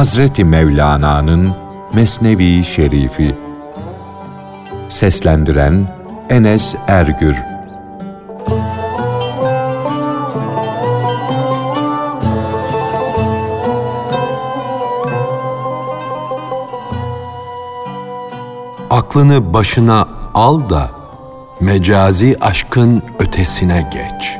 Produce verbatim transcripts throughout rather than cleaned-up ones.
Hazreti Mevlana'nın Mesnevi Şerifi. Seslendiren Enes Ergür. Aklını başına al da mecazi aşkın ötesine geç.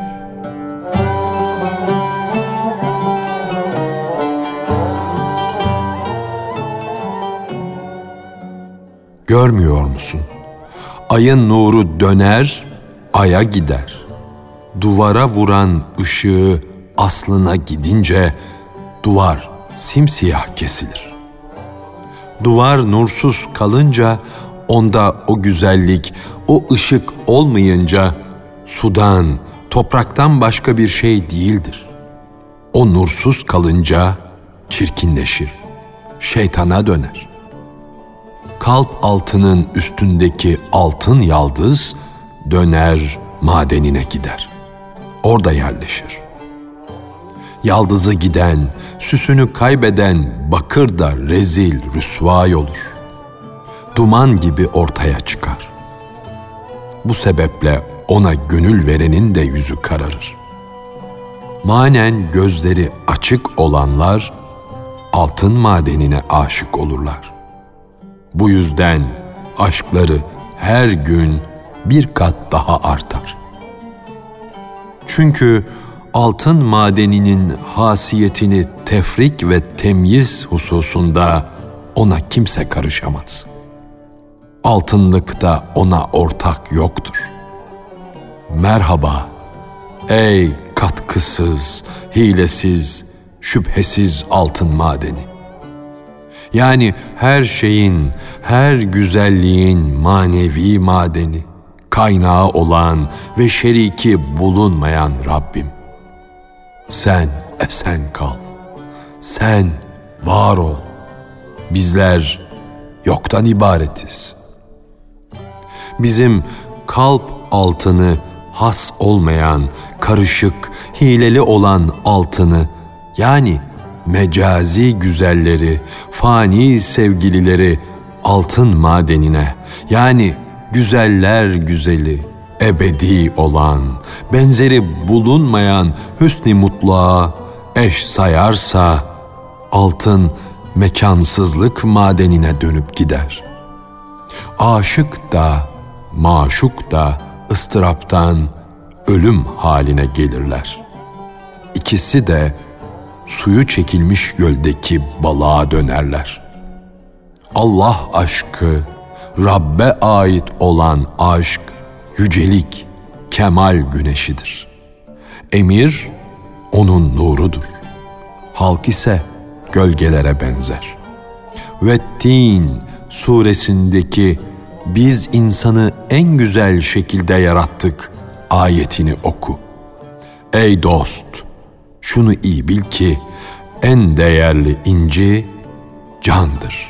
Görmüyor musun? Ayın nuru döner, aya gider. Duvara vuran ışığı aslına gidince duvar simsiyah kesilir. Duvar nursuz kalınca onda o güzellik, o ışık olmayınca sudan, topraktan başka bir şey değildir. O nursuz kalınca çirkinleşir, şeytana döner. Kalp altının üstündeki altın yaldız döner madenine gider. Orada yerleşir. Yaldızı giden, süsünü kaybeden bakır da rezil, rüsvay olur. Duman gibi ortaya çıkar. Bu sebeple ona gönül verenin de yüzü kararır. Manen gözleri açık olanlar altın madenine aşık olurlar. Bu yüzden aşkları her gün bir kat daha artar. Çünkü altın madeninin hasiyetini tefrik ve temyiz hususunda ona kimse karışamaz. Altınlıkta ona ortak yoktur. Merhaba ey katkısız, hilesiz, şüphesiz altın madeni. Yani her şeyin, her güzelliğin manevi madeni, kaynağı olan ve şeriki bulunmayan Rabbim. Sen esen kal, sen var ol. Bizler yoktan ibaretiz. Bizim kalp altını has olmayan, karışık, hileli olan altını, yani mecazi güzelleri, fani sevgilileri altın madenine, yani güzeller güzeli, ebedi olan, benzeri bulunmayan hüsn-i mutluğa eş sayarsa, altın mekansızlık madenine dönüp gider. Aşık da, maşuk da ıstıraptan ölüm haline gelirler. İkisi de suyu çekilmiş göldeki balığa dönerler. Allah aşkı, Rabbe ait olan aşk, yücelik, kemal güneşidir. Emir, onun nurudur. Halk ise gölgelere benzer. Vettin suresindeki biz insanı en güzel şekilde yarattık ayetini oku. Ey dost! Şunu iyi bil ki en değerli inci candır.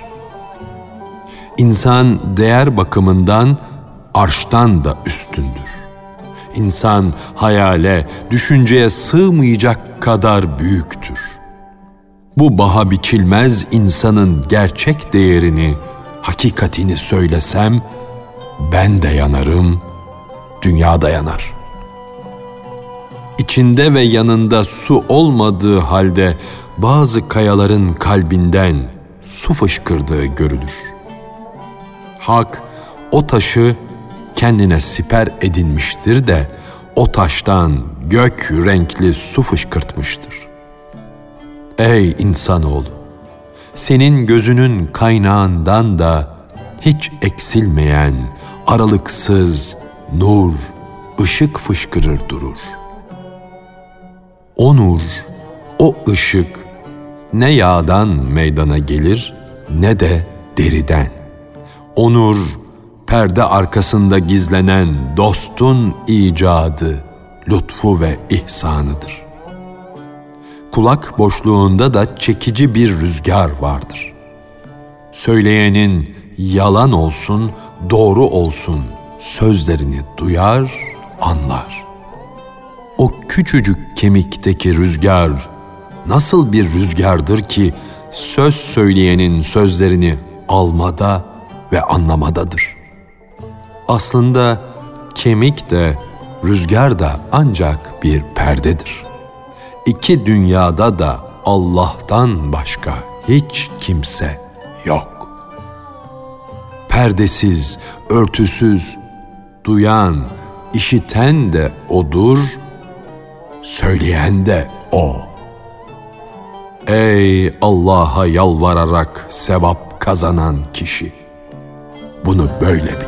İnsan değer bakımından arştan da üstündür. İnsan hayale, düşünceye sığmayacak kadar büyüktür. Bu baha biçilmez insanın gerçek değerini, hakikatini söylesem, ben de yanarım, dünya da yanar. İçinde ve yanında su olmadığı halde bazı kayaların kalbinden su fışkırdığı görülür. Hak o taşı kendine siper edinmiştir de o taştan gök renkli su fışkırtmıştır. Ey insanoğlu! Senin gözünün kaynağından da hiç eksilmeyen, aralıksız nur, ışık fışkırır durur. O nur, o ışık ne yağdan meydana gelir ne de deriden. O nur, perde arkasında gizlenen dostun icadı, lütfu ve ihsanıdır. Kulak boşluğunda da çekici bir rüzgar vardır. Söyleyenin yalan olsun, doğru olsun sözlerini duyar, anlar. O küçücük kemikteki rüzgar nasıl bir rüzgardır ki söz söyleyenin sözlerini almada ve anlamadadır. Aslında kemik de, rüzgar da ancak bir perdedir. İki dünyada da Allah'tan başka hiç kimse yok. Perdesiz, örtüsüz, duyan, işiten de O'dur, söyleyen de O. Ey Allah'a yalvararak sevap kazanan kişi! Bunu böyle bil.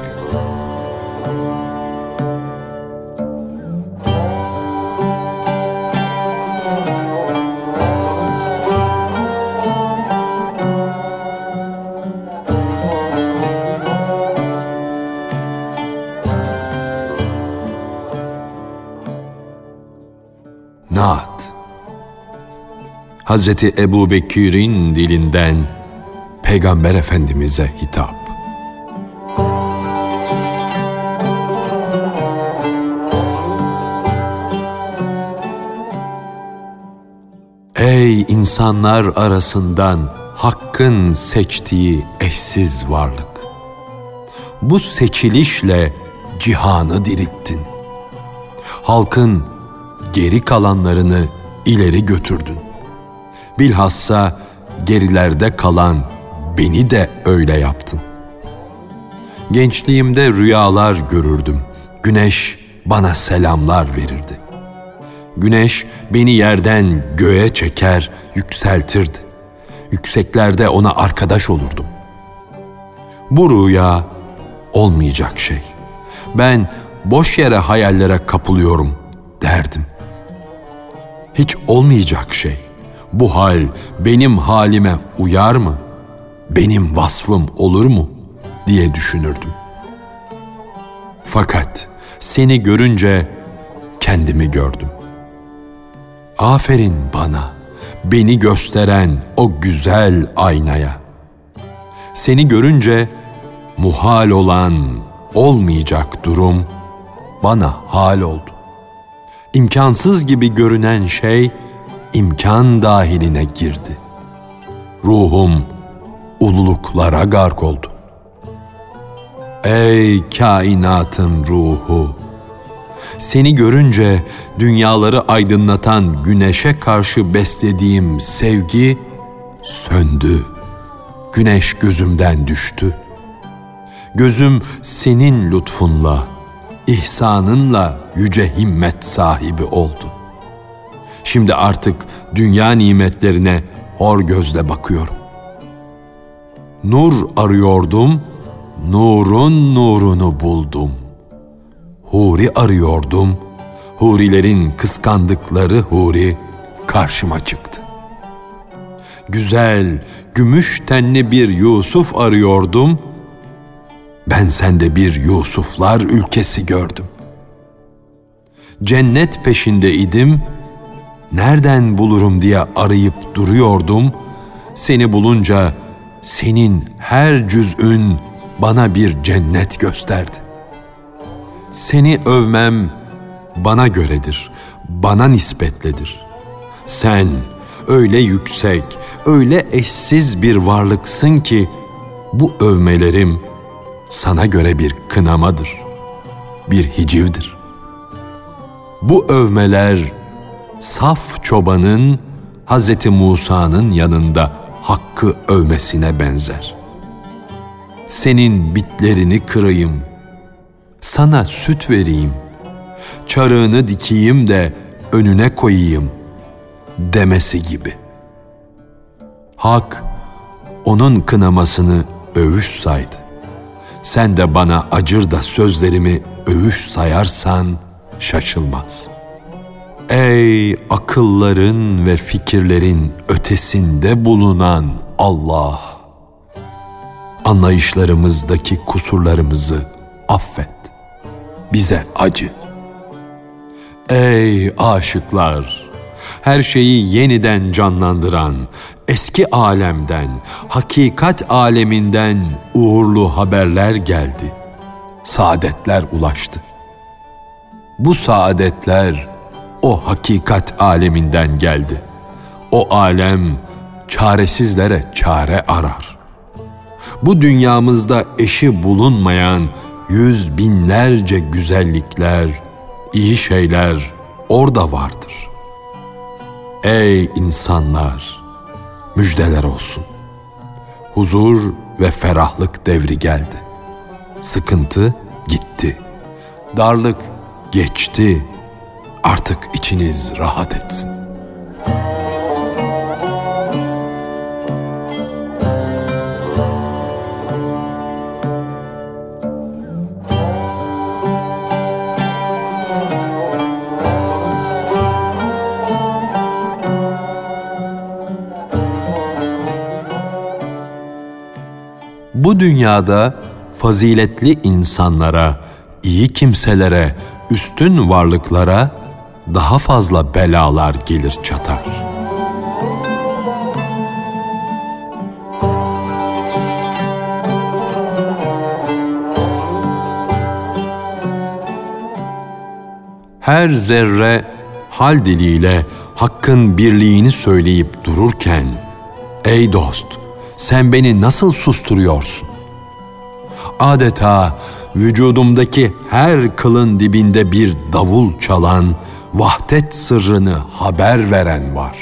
Naat. Hazreti Ebubekir'in dilinden Peygamber Efendimiz'e hitap. Ey insanlar arasından Hakk'ın seçtiği eşsiz varlık! Bu seçilişle cihanı dirilttin. Halkın geri kalanlarını ileri götürdün. Bilhassa gerilerde kalan beni de öyle yaptın. Gençliğimde rüyalar görürdüm. Güneş bana selamlar verirdi. Güneş beni yerden göğe çeker, yükseltirdi. Yükseklerde ona arkadaş olurdum. Bu rüya olmayacak şey. Ben boş yere hayallere kapılıyorum derdim. Hiç olmayacak şey. Bu hal benim halime uyar mı? Benim vasfım olur mu? Diye düşünürdüm. Fakat seni görünce kendimi gördüm. Aferin bana, beni gösteren o güzel aynaya. Seni görünce muhal olan, olmayacak durum bana hal oldu. İmkansız gibi görünen şey imkan dahiline girdi. Ruhum ululuklara gark oldu. Ey kainatın ruhu! Seni görünce dünyaları aydınlatan güneşe karşı beslediğim sevgi söndü. Güneş gözümden düştü. Gözüm senin lütfunla, ihsanınla yüce himmet sahibi oldu. Şimdi artık dünya nimetlerine hor gözle bakıyorum. Nur arıyordum, nurun nurunu buldum. Huri arıyordum, hurilerin kıskandıkları huri karşıma çıktı. Güzel, gümüş tenli bir Yusuf arıyordum, ben sende bir Yusuflar ülkesi gördüm. Cennet peşinde idim, nereden bulurum diye arayıp duruyordum, seni bulunca senin her cüz'ün bana bir cennet gösterdi. Seni övmem bana göredir, bana nispetledir. Sen öyle yüksek, öyle eşsiz bir varlıksın ki bu övmelerim sana göre bir kınamadır, bir hicivdir. Bu övmeler saf çobanın Hazreti Musa'nın yanında Hakk'ı övmesine benzer. Senin bitlerini kırayım, sana süt vereyim, çarığını dikeyim de önüne koyayım demesi gibi. Hak onun kınamasını övüş saydı. Sen de bana acır da sözlerimi övüş sayarsan şaşılmaz. Ey akılların ve fikirlerin ötesinde bulunan Allah! Anlayışlarımızdaki kusurlarımızı affet. Bize acı. Ey aşıklar! Her şeyi yeniden canlandıran, eski alemden, hakikat aleminden uğurlu haberler geldi. Saadetler ulaştı. Bu saadetler o hakikat aleminden geldi. O alem çaresizlere çare arar. Bu dünyamızda eşi bulunmayan yüz binlerce güzellikler, iyi şeyler orada vardır. Ey insanlar, müjdeler olsun. Huzur ve ferahlık devri geldi. Sıkıntı gitti. Darlık geçti. Artık içiniz rahat etsin. Bu dünyada faziletli insanlara, iyi kimselere, üstün varlıklara daha fazla belalar gelir çatar. Her zerre hal diliyle hakkın birliğini söyleyip dururken, ey dost, sen beni nasıl susturuyorsun? Adeta vücudumdaki her kılın dibinde bir davul çalan, vahdet sırrını haber veren var.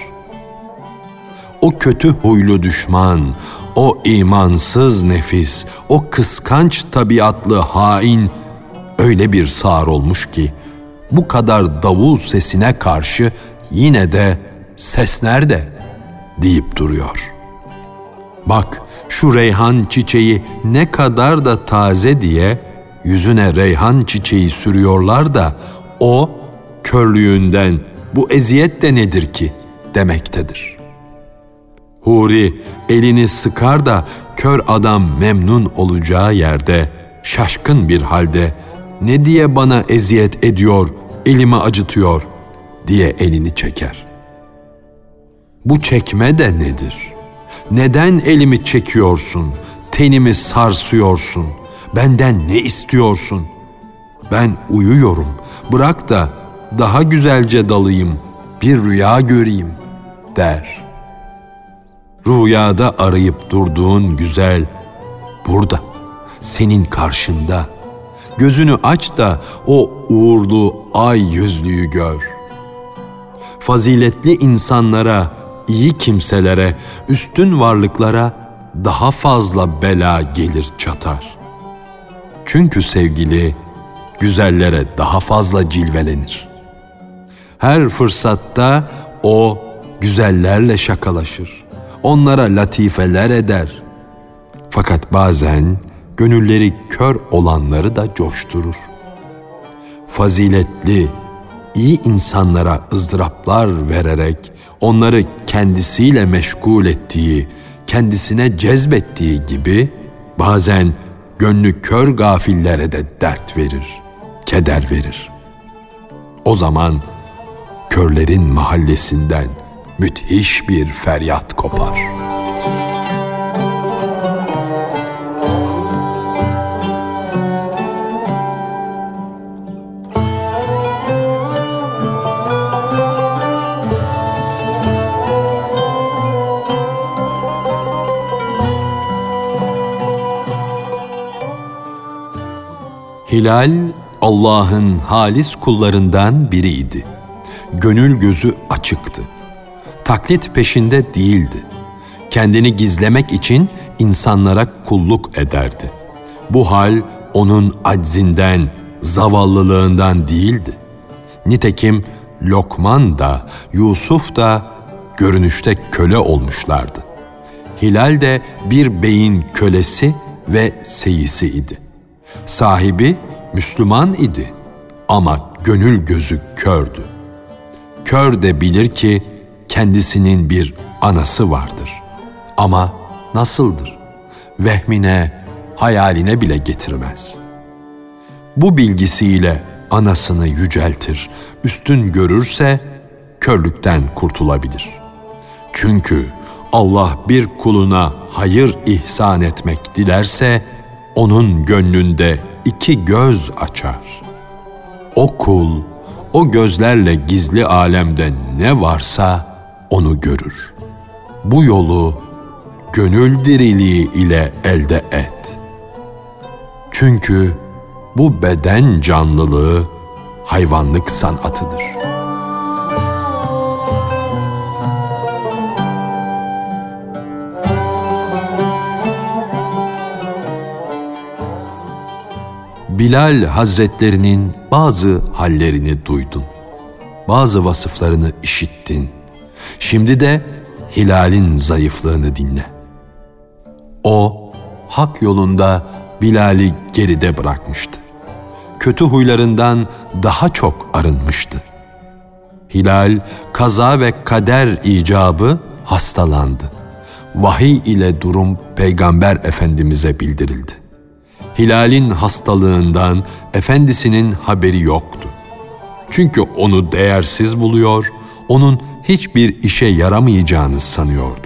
O kötü huylu düşman, o imansız nefis, o kıskanç tabiatlı hain öyle bir sağır olmuş ki, bu kadar davul sesine karşı yine de ses nerede deyip duruyor. Bak şu reyhan çiçeği ne kadar da taze diye yüzüne reyhan çiçeği sürüyorlar da o körlüğünden bu eziyet de nedir ki demektedir. Huri elini sıkar da kör adam memnun olacağı yerde şaşkın bir halde ne diye bana eziyet ediyor, elimi acıtıyor diye elini çeker. Bu çekme de nedir? Neden elimi çekiyorsun, tenimi sarsıyorsun, benden ne istiyorsun? Ben uyuyorum, bırak da daha güzelce dalayım, bir rüya göreyim der. Rüyada arayıp durduğun güzel burada, senin karşında. Gözünü aç da o uğurlu ay yüzlüyü gör. Faziletli insanlara, iyi kimselere, üstün varlıklara daha fazla bela gelir çatar. Çünkü sevgili güzellere daha fazla cilvelenir. Her fırsatta o güzellerle şakalaşır. Onlara latifeler eder. Fakat bazen gönülleri kör olanları da coşturur. Faziletli, iyi insanlara ızdıraplar vererek onları kendisiyle meşgul ettiği, kendisine cezbettiği gibi bazen gönlü kör gafillere de dert verir, keder verir. O zaman körlerin mahallesinden müthiş bir feryat kopar. Hilal, Allah'ın halis kullarından biriydi. Gönül gözü açıktı. Taklit peşinde değildi. Kendini gizlemek için insanlara kulluk ederdi. Bu hal onun aczinden, zavallılığından değildi. Nitekim Lokman da, Yusuf da görünüşte köle olmuşlardı. Hilal de bir beyin kölesi ve seyisi idi. Sahibi Müslüman idi ama gönül gözü kördü. Kör de bilir ki kendisinin bir anası vardır. Ama nasıldır? Vehmine, hayaline bile getirmez. Bu bilgisiyle anasını yüceltir, üstün görürse körlükten kurtulabilir. Çünkü Allah bir kuluna hayır ihsan etmek dilerse, onun gönlünde iki göz açar. O kul, o gözlerle gizli alemde ne varsa onu görür. bu yolu gönül diriliği ile elde et. Çünkü bu beden canlılığı hayvanlık sanatıdır. Bilal Hazretlerinin bazı hallerini duydun. Bazı vasıflarını işittin. Şimdi de Hilal'in zayıflığını dinle. O, hak yolunda Bilal'i geride bırakmıştı. Kötü huylarından daha çok arınmıştı. Hilal, kaza ve kader icabı hastalandı. Vahiy ile durum Peygamber Efendimiz'e bildirildi. Hilal'in hastalığından efendisinin haberi yoktu. Çünkü onu değersiz buluyor, onun hiçbir işe yaramayacağını sanıyordu.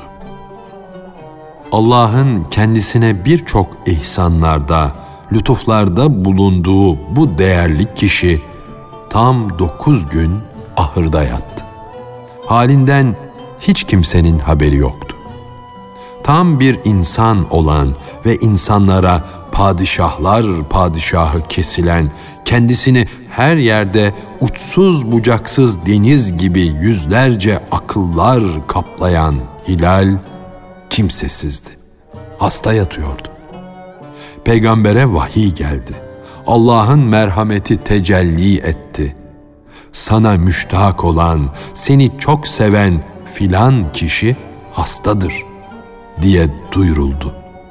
Allah'ın kendisine birçok ihsanlarda, lütuflarda bulunduğu bu değerli kişi tam dokuz gün ahırda yattı. Halinden hiç kimsenin haberi yoktu. Tam bir insan olan ve insanlara padişahlar padişahı kesilen, kendisini her yerde uçsuz bucaksız deniz gibi yüzlerce akıllar kaplayan Hilal kimsesizdi. Hasta yatıyordu. Peygambere vahiy geldi. Allah'ın merhameti tecelli etti. Sana müştak olan, seni çok seven filan kişi hastadır diye duyuruldu.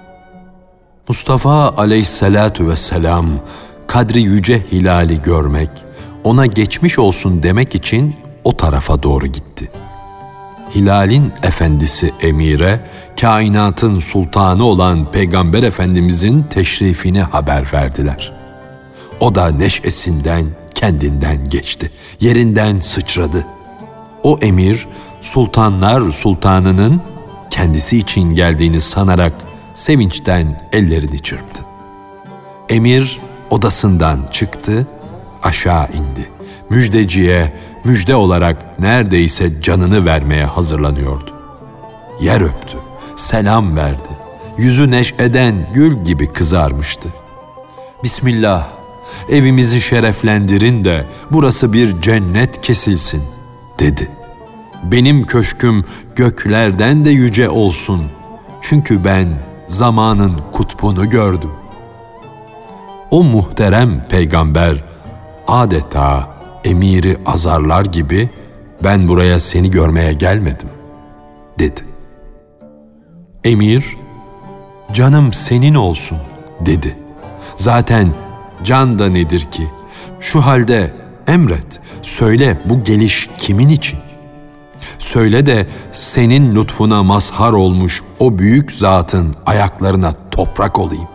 Mustafa aleyhissalatu vesselam kadri yüce Hilal'i görmek, ona geçmiş olsun demek için o tarafa doğru gitti. Hilal'in efendisi emire, kainatın sultanı olan Peygamber Efendimizin teşrifini haber verdiler. O da neşesinden, kendinden geçti, yerinden sıçradı. O emir, sultanlar sultanının kendisi için geldiğini sanarak sevinçten ellerini çırptı. Emir odasından çıktı, aşağı indi. Müjdeciye müjde olarak neredeyse canını vermeye hazırlanıyordu. Yer öptü, selam verdi. Yüzü neşeden gül gibi kızarmıştı. Bismillah, evimizi şereflendirin de burası bir cennet kesilsin, dedi. Benim köşküm göklerden de yüce olsun. Çünkü ben zamanın kutbunu gördüm. O muhterem peygamber adeta emiri azarlar gibi ben buraya seni görmeye gelmedim, dedi. Emir, canım senin olsun, dedi. Zaten can da nedir ki? Şu halde emret, söyle bu geliş kimin için? Söyle de senin lütfuna mazhar olmuş o büyük zatın ayaklarına toprak olayım.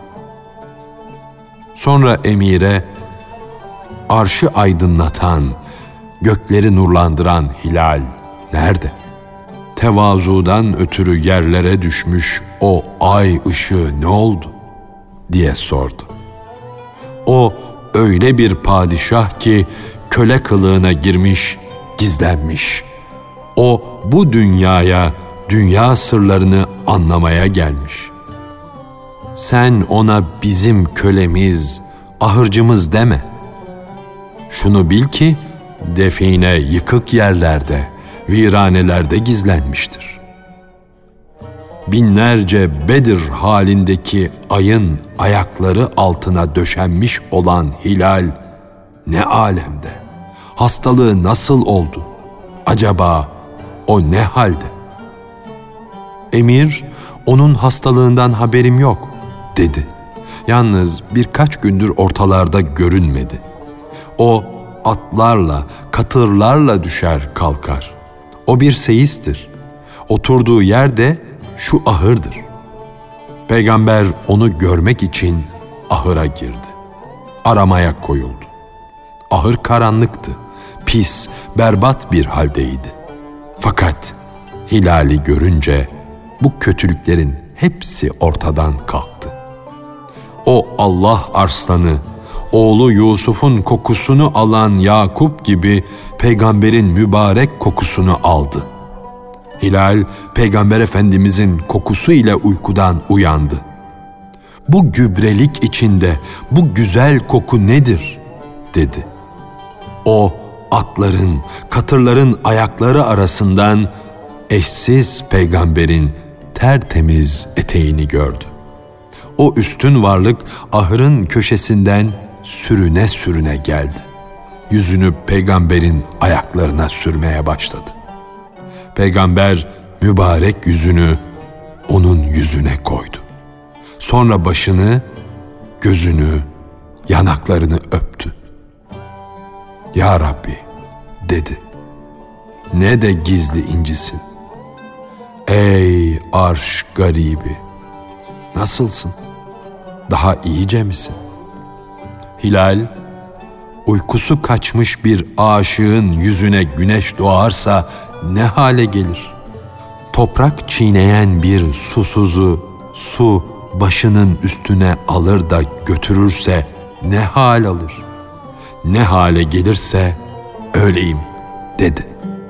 Sonra emire, arşı aydınlatan, gökleri nurlandıran Hilal nerede? Tevazudan ötürü yerlere düşmüş o ay ışığı ne oldu? Diye sordu. O öyle bir padişah ki köle kılığına girmiş, gizlenmiş. O bu dünyaya, dünya sırlarını anlamaya gelmiş. Sen ona bizim kölemiz, ahırcımız deme. Şunu bil ki define yıkık yerlerde, viranelerde gizlenmiştir. Binlerce Bedir halindeki ayın ayakları altına döşenmiş olan Hilal ne alemde? Hastalığı nasıl oldu? Acaba o ne halde? Emir, onun hastalığından haberim yok, dedi. Yalnız birkaç gündür ortalarda görünmedi. O atlarla, katırlarla düşer kalkar. O bir seyistir. Oturduğu yer de şu ahırdır. Peygamber onu görmek için ahıra girdi. Aramaya koyuldu. Ahır karanlıktı. Pis, berbat bir haldeydi. Fakat Hilal'i görünce bu kötülüklerin hepsi ortadan kalktı. O Allah arslanı, oğlu Yusuf'un kokusunu alan Yakup gibi peygamberin mübarek kokusunu aldı. Hilal, Peygamber Efendimizin kokusu ile uykudan uyandı. "Bu gübrelik içinde bu güzel koku nedir?" dedi. O, atların, katırların ayakları arasından eşsiz peygamberin tertemiz eteğini gördü. O üstün varlık ahırın köşesinden sürüne sürüne geldi. Yüzünü peygamberin ayaklarına sürmeye başladı. Peygamber mübarek yüzünü onun yüzüne koydu. Sonra başını, gözünü, yanaklarını öptü. "Ya Rabbi," dedi, "ne de gizli incisin. Ey arş garibi, nasılsın? Daha iyice misin?" Hilal, uykusu kaçmış bir aşığın yüzüne güneş doğarsa ne hale gelir? Toprak çiğneyen bir susuzu su başının üstüne alır da götürürse ne hal alır? Ne hale gelirse öyleyim, dedi.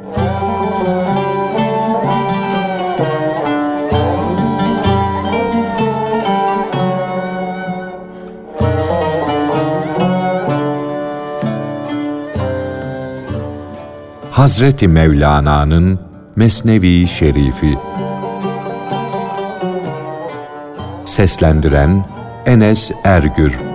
Hazreti Mevlana'nın Mesnevi Şerifi. Seslendiren Enes Ergür.